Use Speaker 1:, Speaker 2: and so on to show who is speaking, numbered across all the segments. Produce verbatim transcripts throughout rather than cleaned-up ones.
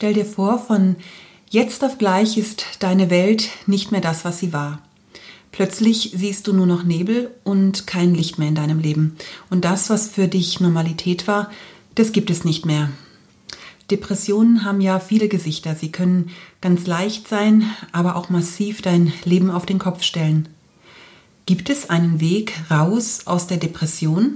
Speaker 1: Stell dir vor, von jetzt auf gleich ist deine Welt nicht mehr das, was sie war. Plötzlich siehst du nur noch Nebel und kein Licht mehr in deinem Leben. Und das, was für dich Normalität war, das gibt es nicht mehr. Depressionen haben ja viele Gesichter. Sie können ganz leicht sein, aber auch massiv dein Leben auf den Kopf stellen. Gibt es einen Weg raus aus der Depression?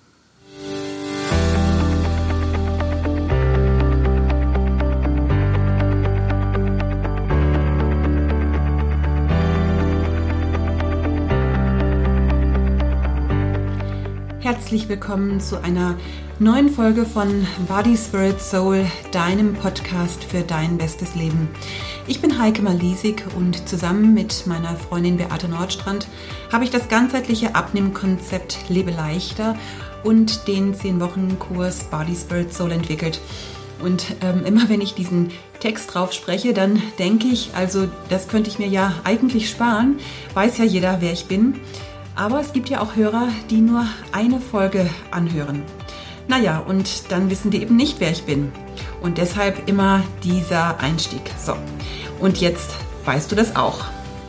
Speaker 1: Herzlich willkommen zu einer neuen Folge von Body, Spirit, Soul, deinem Podcast für dein bestes Leben. Ich bin Heike Malisig und zusammen mit meiner Freundin Beate Nordstrand habe ich das ganzheitliche Abnehmkonzept Lebe leichter und den zehn Wochen Kurs Body, Spirit, Soul entwickelt. Und ähm, immer wenn ich diesen Text drauf spreche, dann denke ich, also das könnte ich mir ja eigentlich sparen, weiß ja jeder, wer ich bin. Aber es gibt ja auch Hörer, die nur eine Folge anhören. Naja, und dann wissen die eben nicht, wer ich bin. Und deshalb immer dieser Einstieg. So, und jetzt weißt du das auch.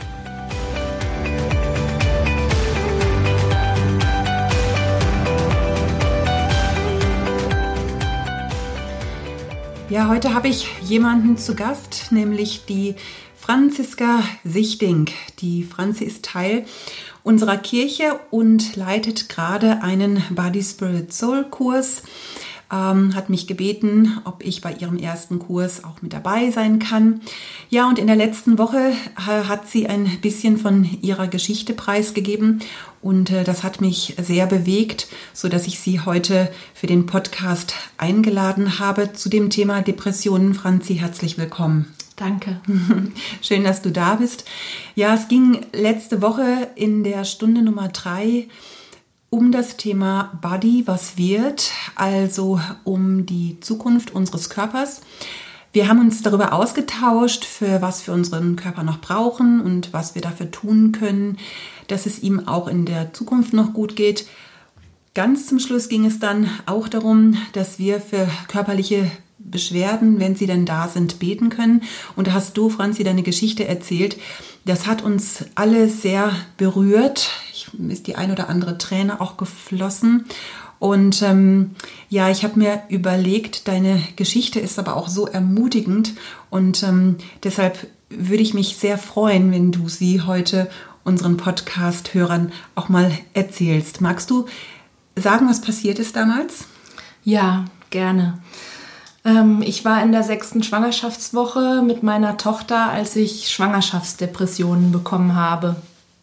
Speaker 1: Ja, heute habe ich jemanden zu Gast, nämlich die Franziska Sichting. Die Franzi ist Teil unserer Kirche und leitet gerade einen Body, Spirit, Soul Kurs. Ähm, hat mich gebeten, ob ich bei ihrem ersten Kurs auch mit dabei sein kann. Ja, und in der letzten Woche äh, hat sie ein bisschen von ihrer Geschichte preisgegeben und äh, das hat mich sehr bewegt, so dass ich sie heute für den Podcast eingeladen habe zu dem Thema Depressionen. Franzi, herzlich willkommen.
Speaker 2: Danke.
Speaker 1: Schön, dass du da bist. Ja, es ging letzte Woche in der Stunde Nummer drei um das Thema Body, was wird, also um die Zukunft unseres Körpers. Wir haben uns darüber ausgetauscht, für was wir unseren Körper noch brauchen und was wir dafür tun können, dass es ihm auch in der Zukunft noch gut geht. Ganz zum Schluss ging es dann auch darum, dass wir für körperliche Beschwerden, wenn sie denn da sind, beten können. Und da hast du, Franzi, deine Geschichte erzählt. Das hat uns alle sehr berührt. Ich, ist die ein oder andere Träne auch geflossen. Und ähm, ja, ich habe mir überlegt, deine Geschichte ist aber auch so ermutigend. Und ähm, deshalb würde ich mich sehr freuen, wenn du sie heute unseren Podcast-Hörern auch mal erzählst. Magst du sagen, was passiert ist damals?
Speaker 2: Ja, gerne. Ich war in der sechsten Schwangerschaftswoche mit meiner Tochter, als ich Schwangerschaftsdepressionen bekommen habe.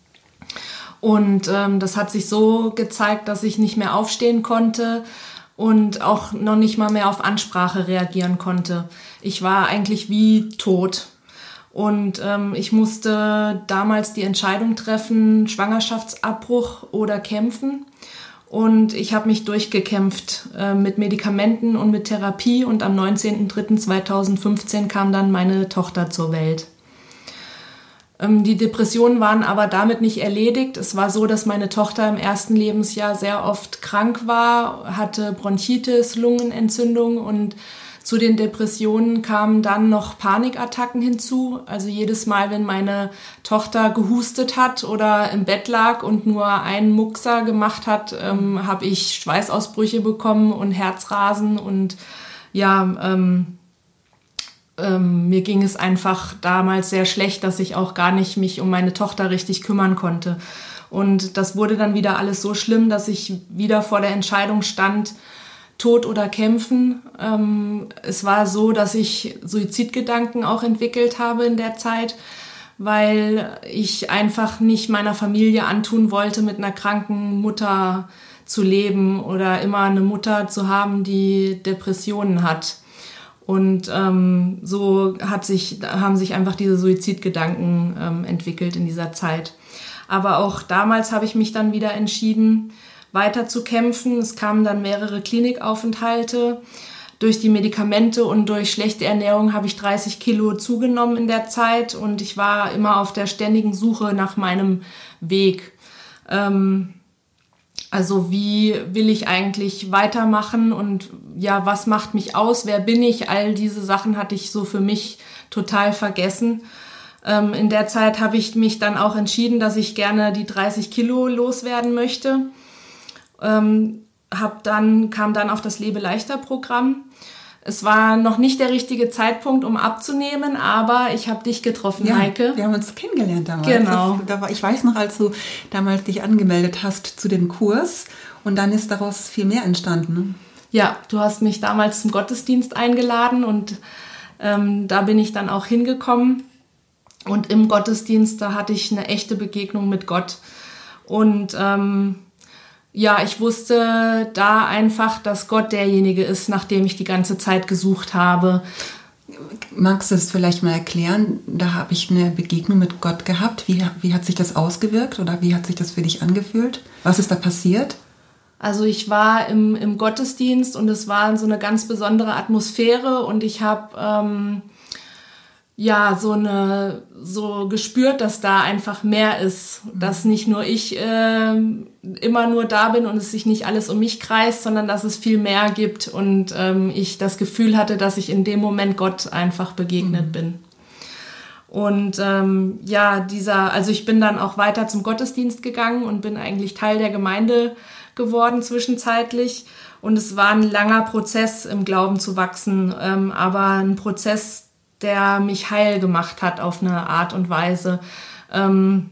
Speaker 2: Und ähm, das hat sich so gezeigt, dass ich nicht mehr aufstehen konnte und auch noch nicht mal mehr auf Ansprache reagieren konnte. Ich war eigentlich wie tot. Und ähm, ich musste damals die Entscheidung treffen, Schwangerschaftsabbruch oder kämpfen. Und ich habe mich durchgekämpft äh, mit Medikamenten und mit Therapie und am neunzehnten dritten zweitausendfünfzehn kam dann meine Tochter zur Welt. Ähm, die Depressionen waren aber damit nicht erledigt. Es war so, dass meine Tochter im ersten Lebensjahr sehr oft krank war, hatte Bronchitis, Lungenentzündung und zu den Depressionen kamen dann noch Panikattacken hinzu. Also jedes Mal, wenn meine Tochter gehustet hat oder im Bett lag und nur einen Muckser gemacht hat, ähm, habe ich Schweißausbrüche bekommen und Herzrasen. Und ja, ähm, ähm, mir ging es einfach damals sehr schlecht, dass ich auch gar nicht mich um meine Tochter richtig kümmern konnte. Und das wurde dann wieder alles so schlimm, dass ich wieder vor der Entscheidung stand, Tod oder kämpfen. Ähm, es war so, dass ich Suizidgedanken auch entwickelt habe in der Zeit, weil ich einfach nicht meiner Familie antun wollte, mit einer kranken Mutter zu leben oder immer eine Mutter zu haben, die Depressionen hat. Und ähm, so hat sich, haben sich einfach diese Suizidgedanken ähm, entwickelt in dieser Zeit. Aber auch damals habe ich mich dann wieder entschieden, weiter zu kämpfen. Es kamen dann mehrere Klinikaufenthalte. Durch die Medikamente und durch schlechte Ernährung habe ich dreißig Kilo zugenommen in der Zeit und ich war immer auf der ständigen Suche nach meinem Weg. Ähm, Also wie will ich eigentlich weitermachen und ja, was macht mich aus, wer bin ich? All diese Sachen hatte ich so für mich total vergessen. Ähm, in der Zeit habe ich mich dann auch entschieden, dass ich gerne die dreißig Kilo loswerden möchte. Ähm, hab dann, kam dann auf das Lebe-Leichter-Programm. Es war noch nicht der richtige Zeitpunkt, um abzunehmen, aber ich habe dich getroffen,
Speaker 1: ja,
Speaker 2: Heike.
Speaker 1: Wir haben uns kennengelernt damals.
Speaker 2: Genau.
Speaker 1: Das, da war, ich weiß noch, als du damals dich angemeldet hast zu dem Kurs und dann ist daraus viel mehr entstanden. Ne?
Speaker 2: Ja, du hast mich damals zum Gottesdienst eingeladen und ähm, da bin ich dann auch hingekommen. Und im Gottesdienst, da hatte ich eine echte Begegnung mit Gott. Und ähm, ja, ich wusste da einfach, dass Gott derjenige ist, nach dem ich die ganze Zeit gesucht habe.
Speaker 1: Magst du es vielleicht mal erklären? Da habe ich eine Begegnung mit Gott gehabt. Wie, wie hat sich das ausgewirkt oder wie hat sich das für dich angefühlt? Was ist da passiert?
Speaker 2: Also ich war im, im Gottesdienst und es war so eine ganz besondere Atmosphäre und ich habe ähm, ja so eine so gespürt, dass da einfach mehr ist, dass nicht nur ich äh, immer nur da bin und es sich nicht alles um mich kreist, sondern dass es viel mehr gibt und ähm, ich das Gefühl hatte, dass ich in dem Moment Gott einfach begegnet mhm. bin. Und ähm, ja, dieser, also ich bin dann auch weiter zum Gottesdienst gegangen und bin eigentlich Teil der Gemeinde geworden zwischenzeitlich. Und es war ein langer Prozess, im Glauben zu wachsen, ähm, aber ein Prozess, der mich heil gemacht hat auf eine Art und Weise, ähm,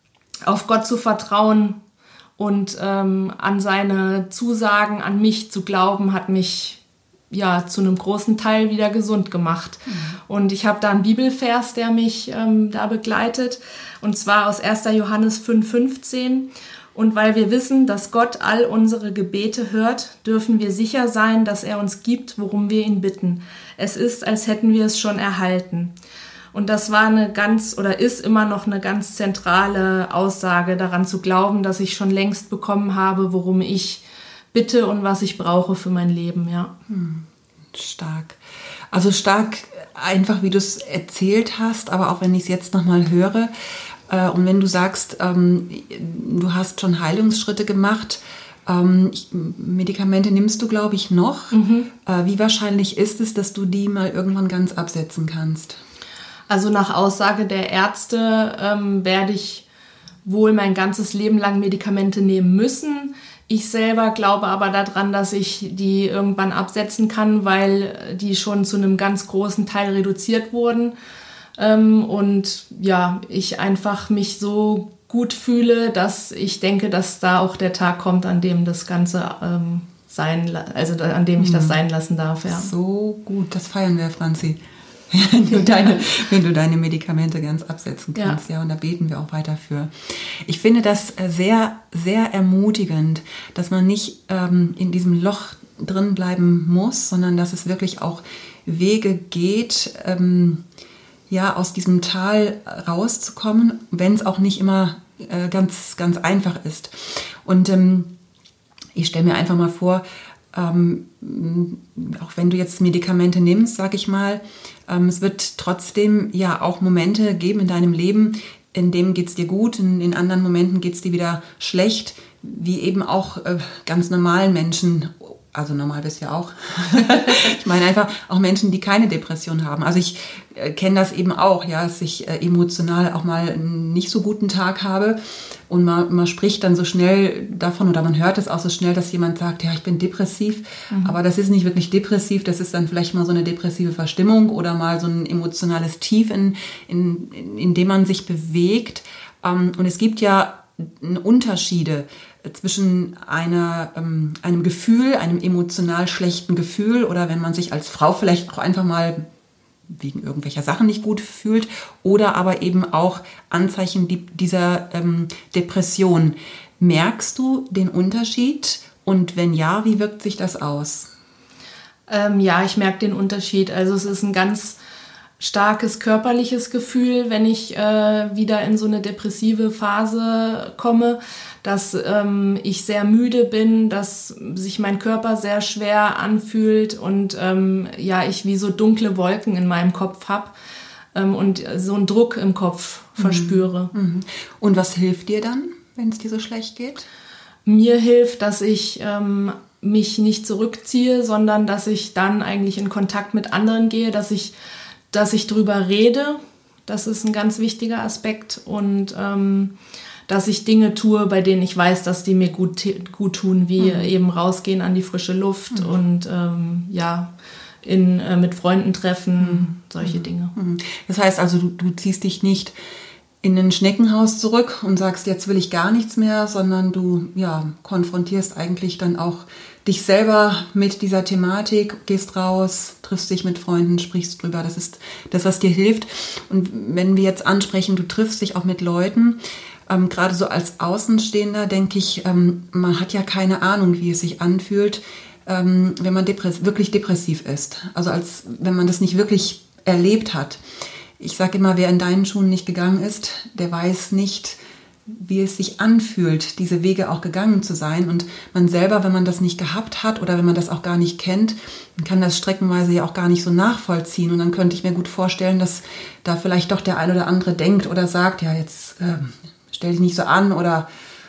Speaker 2: auf Gott zu vertrauen und ähm, an seine Zusagen, an mich zu glauben, hat mich ja zu einem großen Teil wieder gesund gemacht. Mhm. Und ich habe da einen Bibelvers, der mich ähm, da begleitet, und zwar aus erster Johannes fünf fünfzehn. Und weil wir wissen, dass Gott all unsere Gebete hört, dürfen wir sicher sein, dass er uns gibt, worum wir ihn bitten. Es ist, als hätten wir es schon erhalten. Und das war eine ganz, oder ist immer noch eine ganz zentrale Aussage, daran zu glauben, dass ich schon längst bekommen habe, worum ich bitte und was ich brauche für mein Leben, ja.
Speaker 1: Hm, stark. Also stark einfach, wie du es erzählt hast, aber auch wenn ich es jetzt nochmal höre, und wenn du sagst, ähm, du hast schon Heilungsschritte gemacht, ähm, ich, Medikamente nimmst du, glaube ich, noch. Mhm. Äh, wie wahrscheinlich ist es, dass du die mal irgendwann ganz absetzen kannst?
Speaker 2: Also nach Aussage der Ärzte ähm, werde ich wohl mein ganzes Leben lang Medikamente nehmen müssen. Ich selber glaube aber daran, dass ich die irgendwann absetzen kann, weil die schon zu einem ganz großen Teil reduziert wurden. Ähm, und ja, ich einfach mich so gut fühle, dass ich denke, dass da auch der Tag kommt, an dem das Ganze ähm, sein, also an dem ich hm. das sein lassen darf. Ja.
Speaker 1: So gut, das feiern wir, Franzi. Wenn du deine, wenn du deine Medikamente ganz absetzen kannst, ja. ja, und da beten wir auch weiter für. Ich finde das sehr, sehr ermutigend, dass man nicht ähm, in diesem Loch drin bleiben muss, sondern dass es wirklich auch Wege geht, ähm, ja, aus diesem Tal rauszukommen, wenn es auch nicht immer äh, ganz, ganz einfach ist. Und ähm, ich stelle mir einfach mal vor, ähm, auch wenn du jetzt Medikamente nimmst, sag ich mal, ähm, es wird trotzdem ja auch Momente geben in deinem Leben, in denen geht es dir gut, in, in anderen Momenten geht es dir wieder schlecht, wie eben auch äh, ganz normalen Menschen. Also normal bist du ja auch. Ich meine einfach auch Menschen, die keine Depression haben. Also ich äh, kenne das eben auch, ja, dass ich äh, emotional auch mal einen nicht so guten Tag habe und man, man spricht dann so schnell davon oder man hört es auch so schnell, dass jemand sagt, ja, ich bin depressiv. Mhm. Aber das ist nicht wirklich depressiv, das ist dann vielleicht mal so eine depressive Verstimmung oder mal so ein emotionales Tief, in, in, in, in dem man sich bewegt. Ähm, und es gibt ja Unterschiede zwischen einer, ähm, einem Gefühl, einem emotional schlechten Gefühl oder wenn man sich als Frau vielleicht auch einfach mal wegen irgendwelcher Sachen nicht gut fühlt oder aber eben auch Anzeichen dieser ähm, Depression. Merkst du den Unterschied und wenn ja, wie wirkt sich das aus?
Speaker 2: Ähm, ja, ich merke den Unterschied. Also es ist ein ganz starkes körperliches Gefühl, wenn ich äh, wieder in so eine depressive Phase komme, dass ähm, ich sehr müde bin, dass sich mein Körper sehr schwer anfühlt und ähm, ja, ich wie so dunkle Wolken in meinem Kopf habe ähm, und so einen Druck im Kopf verspüre.
Speaker 1: Mhm. Und was hilft dir dann, wenn es dir so schlecht geht?
Speaker 2: mir hilft, dass ich ähm, mich nicht zurückziehe, sondern dass ich dann eigentlich in Kontakt mit anderen gehe, dass ich, dass ich drüber rede. Das ist ein ganz wichtiger Aspekt. Und ähm, dass ich Dinge tue, bei denen ich weiß, dass die mir gut, gut tun, wie mhm. eben rausgehen an die frische Luft mhm. und ähm, ja, in, äh, mit Freunden treffen, mhm. solche mhm. Dinge.
Speaker 1: Das heißt also, du, du ziehst dich nicht in ein Schneckenhaus zurück und sagst, jetzt will ich gar nichts mehr, sondern du ja, konfrontierst eigentlich dann auch dich selber mit dieser Thematik, gehst raus, triffst dich mit Freunden, sprichst drüber. Das ist das, was dir hilft. Und wenn wir jetzt ansprechen, du triffst dich auch mit Leuten, ähm, gerade so als Außenstehender, denke ich, ähm, man hat ja keine Ahnung, wie es sich anfühlt, ähm, wenn man depress- wirklich depressiv ist. Also als wenn man das nicht wirklich erlebt hat. Ich sage immer, wer in deinen Schuhen nicht gegangen ist, der weiß nicht, wie es sich anfühlt, diese Wege auch gegangen zu sein. Und man selber, wenn man das nicht gehabt hat oder wenn man das auch gar nicht kennt, kann das streckenweise ja auch gar nicht so nachvollziehen. Und dann könnte ich mir gut vorstellen, dass da vielleicht doch der ein oder andere denkt oder sagt, ja, jetzt äh, stell dich nicht so an oder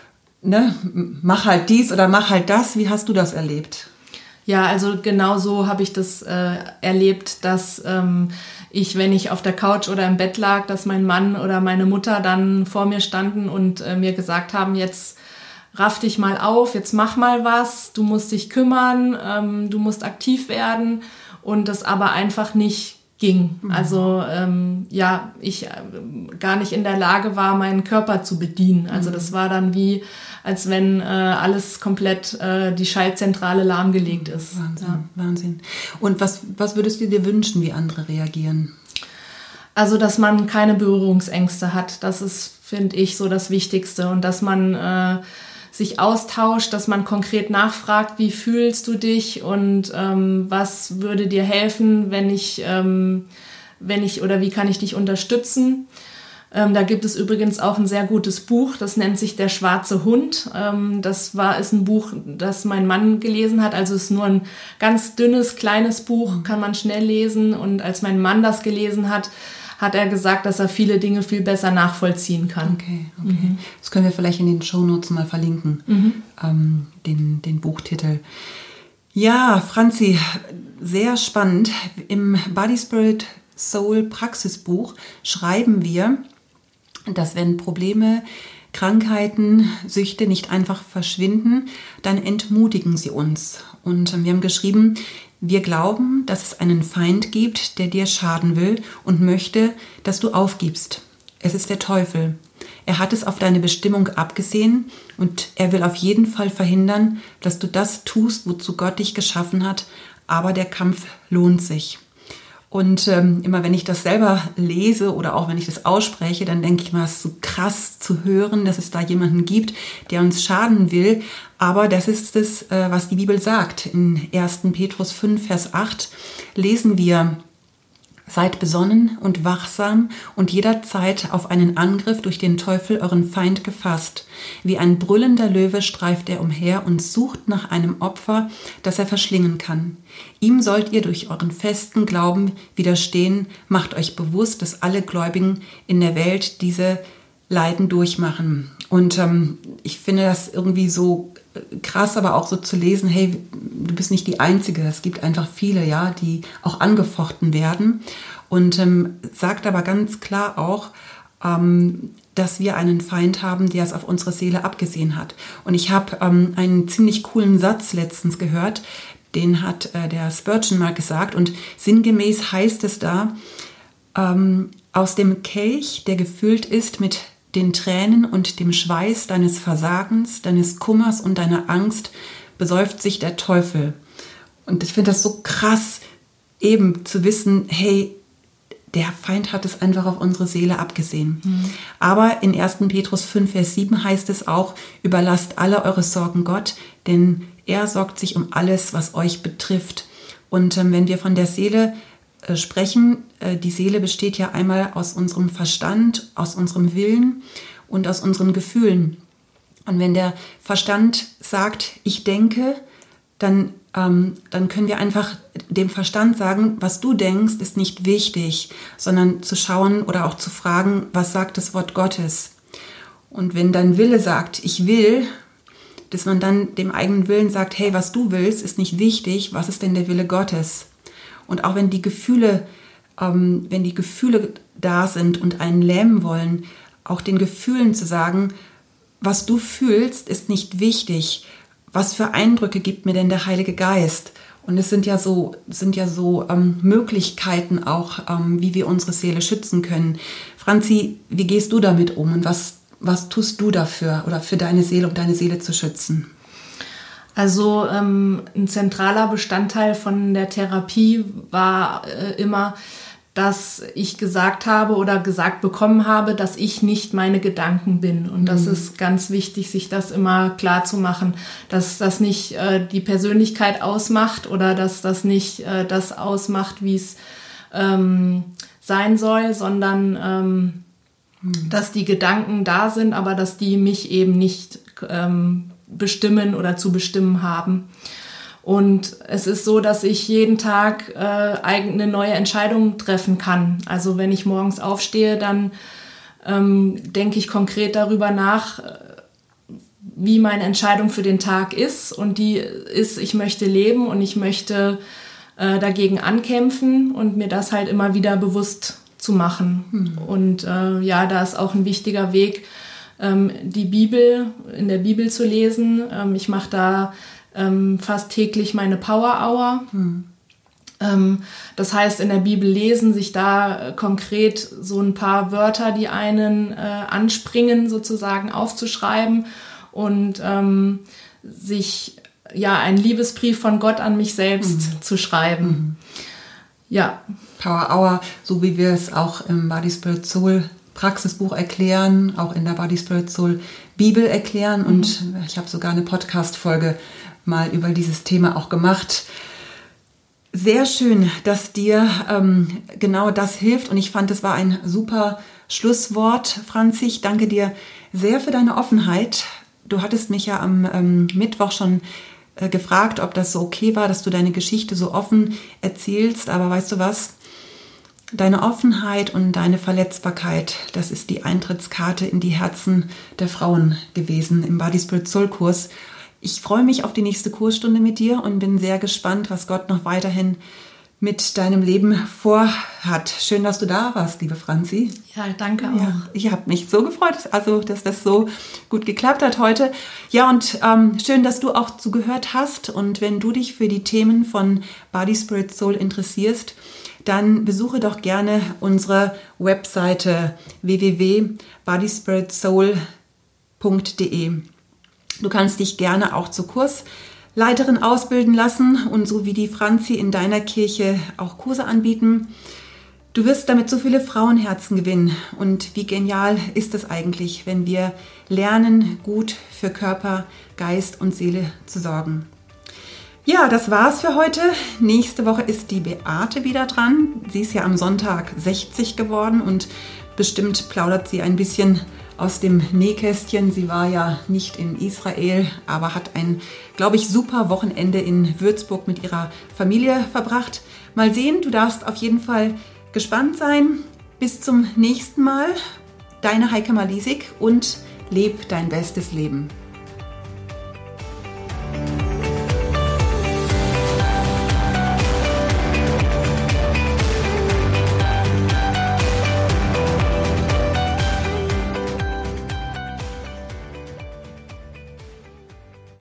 Speaker 1: ne, mach halt dies oder mach halt das. Wie hast du das erlebt?
Speaker 2: Ja, also genau so habe ich das äh, erlebt, dass ähm, ich, wenn ich auf der Couch oder im Bett lag, dass mein Mann oder meine Mutter dann vor mir standen und äh, mir gesagt haben, jetzt raff dich mal auf, jetzt mach mal was, du musst dich kümmern, ähm, du musst aktiv werden und das aber einfach nicht ging. Mhm. Also ähm, ja, ich äh, gar nicht in der Lage war, meinen Körper zu bedienen. Also das war dann wie, als wenn äh, alles komplett, äh, die Schaltzentrale lahmgelegt ist.
Speaker 1: Wahnsinn,
Speaker 2: ja.
Speaker 1: Wahnsinn. Und was, was würdest du dir wünschen, wie andere reagieren?
Speaker 2: Also, dass man keine Berührungsängste hat. Das ist, finde ich, so das Wichtigste. Und dass man äh, sich austauscht, dass man konkret nachfragt, wie fühlst du dich und ähm, was würde dir helfen, wenn ich, ähm, wenn ich oder wie kann ich dich unterstützen. Ähm, da gibt es übrigens auch ein sehr gutes Buch, das nennt sich Der schwarze Hund. Ähm, das war, ist ein Buch, das mein Mann gelesen hat. Also es ist nur ein ganz dünnes, kleines Buch, kann man schnell lesen. Und als mein Mann das gelesen hat, hat er gesagt, dass er viele Dinge viel besser nachvollziehen kann.
Speaker 1: Okay, okay. Mhm. Das können wir vielleicht in den Shownotes mal verlinken, mhm. ähm, den, den Buchtitel. Ja, Franzi, sehr spannend. Im Body Spirit Soul Praxisbuch schreiben wir, dass wenn Probleme, Krankheiten, Süchte nicht einfach verschwinden, dann entmutigen sie uns. Und wir haben geschrieben, wir glauben, dass es einen Feind gibt, der dir schaden will und möchte, dass du aufgibst. Es ist der Teufel. Er hat es auf deine Bestimmung abgesehen und er will auf jeden Fall verhindern, dass du das tust, wozu Gott dich geschaffen hat. Aber der Kampf lohnt sich. Und ähm, immer wenn ich das selber lese oder auch wenn ich das ausspreche, dann denke ich mal, es ist so krass zu hören, dass es da jemanden gibt, der uns schaden will. Aber das ist es, äh, was die Bibel sagt. In ersten Petrus fünf, Vers acht lesen wir: Seid besonnen und wachsam und jederzeit auf einen Angriff durch den Teufel, euren Feind, gefasst. Wie ein brüllender Löwe streift er umher und sucht nach einem Opfer, das er verschlingen kann. Ihm sollt ihr durch euren festen Glauben widerstehen. Macht euch bewusst, dass alle Gläubigen in der Welt diese Leiden durchmachen. Und ähm, ich finde das irgendwie so krass, aber auch so zu lesen, hey, du bist nicht die Einzige, es gibt einfach viele, ja, die auch angefochten werden. Und ähm, sagt aber ganz klar auch, ähm, dass wir einen Feind haben, der es auf unsere Seele abgesehen hat. Und ich habe ähm, einen ziemlich coolen Satz letztens gehört, den hat äh, der Spurgeon mal gesagt und sinngemäß heißt es da, ähm, aus dem Kelch, der gefüllt ist mit den Tränen und dem Schweiß deines Versagens, deines Kummers und deiner Angst, besäuft sich der Teufel. Und ich finde das so krass, eben zu wissen, hey, der Feind hat es einfach auf unsere Seele abgesehen. Mhm. Aber in ersten Petrus fünf, Vers sieben heißt es auch, überlasst alle eure Sorgen Gott, denn er sorgt sich um alles, was euch betrifft. Und ähm, wenn wir von der Seele äh, sprechen, äh, die Seele besteht ja einmal aus unserem Verstand, aus unserem Willen und aus unseren Gefühlen. Und wenn der Verstand sagt, ich denke, dann, ähm, dann können wir einfach dem Verstand sagen, was du denkst, ist nicht wichtig, sondern zu schauen oder auch zu fragen, was sagt das Wort Gottes. Und wenn dein Wille sagt, ich will, dass man dann dem eigenen Willen sagt, hey, was du willst, ist nicht wichtig, was ist denn der Wille Gottes? Und auch wenn die Gefühle, ähm, wenn die Gefühle da sind und einen lähmen wollen, auch den Gefühlen zu sagen, was du fühlst, ist nicht wichtig. Was für Eindrücke gibt mir denn der Heilige Geist? Und es sind ja so, sind ja so ähm, Möglichkeiten auch, ähm, wie wir unsere Seele schützen können. Franzi, wie gehst du damit um und was, was tust du dafür oder für deine Seele, um deine Seele zu schützen?
Speaker 2: Also ähm, ein zentraler Bestandteil von der Therapie war äh, immer, dass ich gesagt habe oder gesagt bekommen habe, dass ich nicht meine Gedanken bin. Und das mhm. ist ganz wichtig, sich das immer klar zu machen, dass das nicht äh, die Persönlichkeit ausmacht oder dass das nicht äh, das ausmacht, wie es ähm, sein soll, sondern ähm, mhm. dass die Gedanken da sind, aber dass die mich eben nicht ähm, bestimmen oder zu bestimmen haben. Und es ist so, dass ich jeden Tag äh, eine neue Entscheidung treffen kann. Also wenn ich morgens aufstehe, dann ähm, denke ich konkret darüber nach, wie meine Entscheidung für den Tag ist. Und die ist, ich möchte leben und ich möchte äh, dagegen ankämpfen und mir das halt immer wieder bewusst zu machen. Mhm. Und äh, ja, da ist auch ein wichtiger Weg, ähm, die Bibel, in der Bibel zu lesen. Ähm, ich mache da Ähm, fast täglich meine Power Hour. Hm. Ähm, das heißt, in der Bibel lesen, sich da äh, konkret so ein paar Wörter, die einen äh, anspringen, sozusagen aufzuschreiben und ähm, sich ja einen Liebesbrief von Gott an mich selbst hm. zu schreiben. Hm. Ja.
Speaker 1: Power Hour, so wie wir es auch im Body Spirit Soul Praxisbuch erklären, auch in der Body Spirit Soul Bibel erklären mhm. und ich habe sogar eine Podcast-Folge mal über dieses Thema auch gemacht. Sehr schön, dass dir ähm, genau das hilft und ich fand, es war ein super Schlusswort, Franzi. Ich danke dir sehr für deine Offenheit. Du hattest mich ja am ähm, Mittwoch schon äh, gefragt, ob das so okay war, dass du deine Geschichte so offen erzählst, aber weißt du was? Deine Offenheit und deine Verletzbarkeit, das ist die Eintrittskarte in die Herzen der Frauen gewesen im Body Spirit Soul Kurs. Ich freue mich auf die nächste Kursstunde mit dir und bin sehr gespannt, was Gott noch weiterhin mit deinem Leben vorhat. Schön, dass du da warst, liebe Franzi.
Speaker 2: Ja, danke auch. Ja,
Speaker 1: ich habe mich so gefreut, also dass das so gut geklappt hat heute. Ja, und ähm, schön, dass du auch zugehört hast. Und wenn du dich für die Themen von Body Spirit Soul interessierst, dann besuche doch gerne unsere Webseite w w w punkt body spirit soul punkt d e. Du kannst dich gerne auch zur Kursleiterin ausbilden lassen und so wie die Franzi in deiner Kirche auch Kurse anbieten. Du wirst damit so viele Frauenherzen gewinnen. Und wie genial ist es eigentlich, wenn wir lernen, gut für Körper, Geist und Seele zu sorgen. Ja, das war's für heute. Nächste Woche ist die Beate wieder dran. Sie ist ja am Sonntag sechzig geworden und bestimmt plaudert sie ein bisschen aus dem Nähkästchen. Sie war ja nicht in Israel, aber hat ein, glaube ich, super Wochenende in Würzburg mit ihrer Familie verbracht. Mal sehen, du darfst auf jeden Fall gespannt sein. Bis zum nächsten Mal. Deine Heike Malisik und leb dein bestes Leben.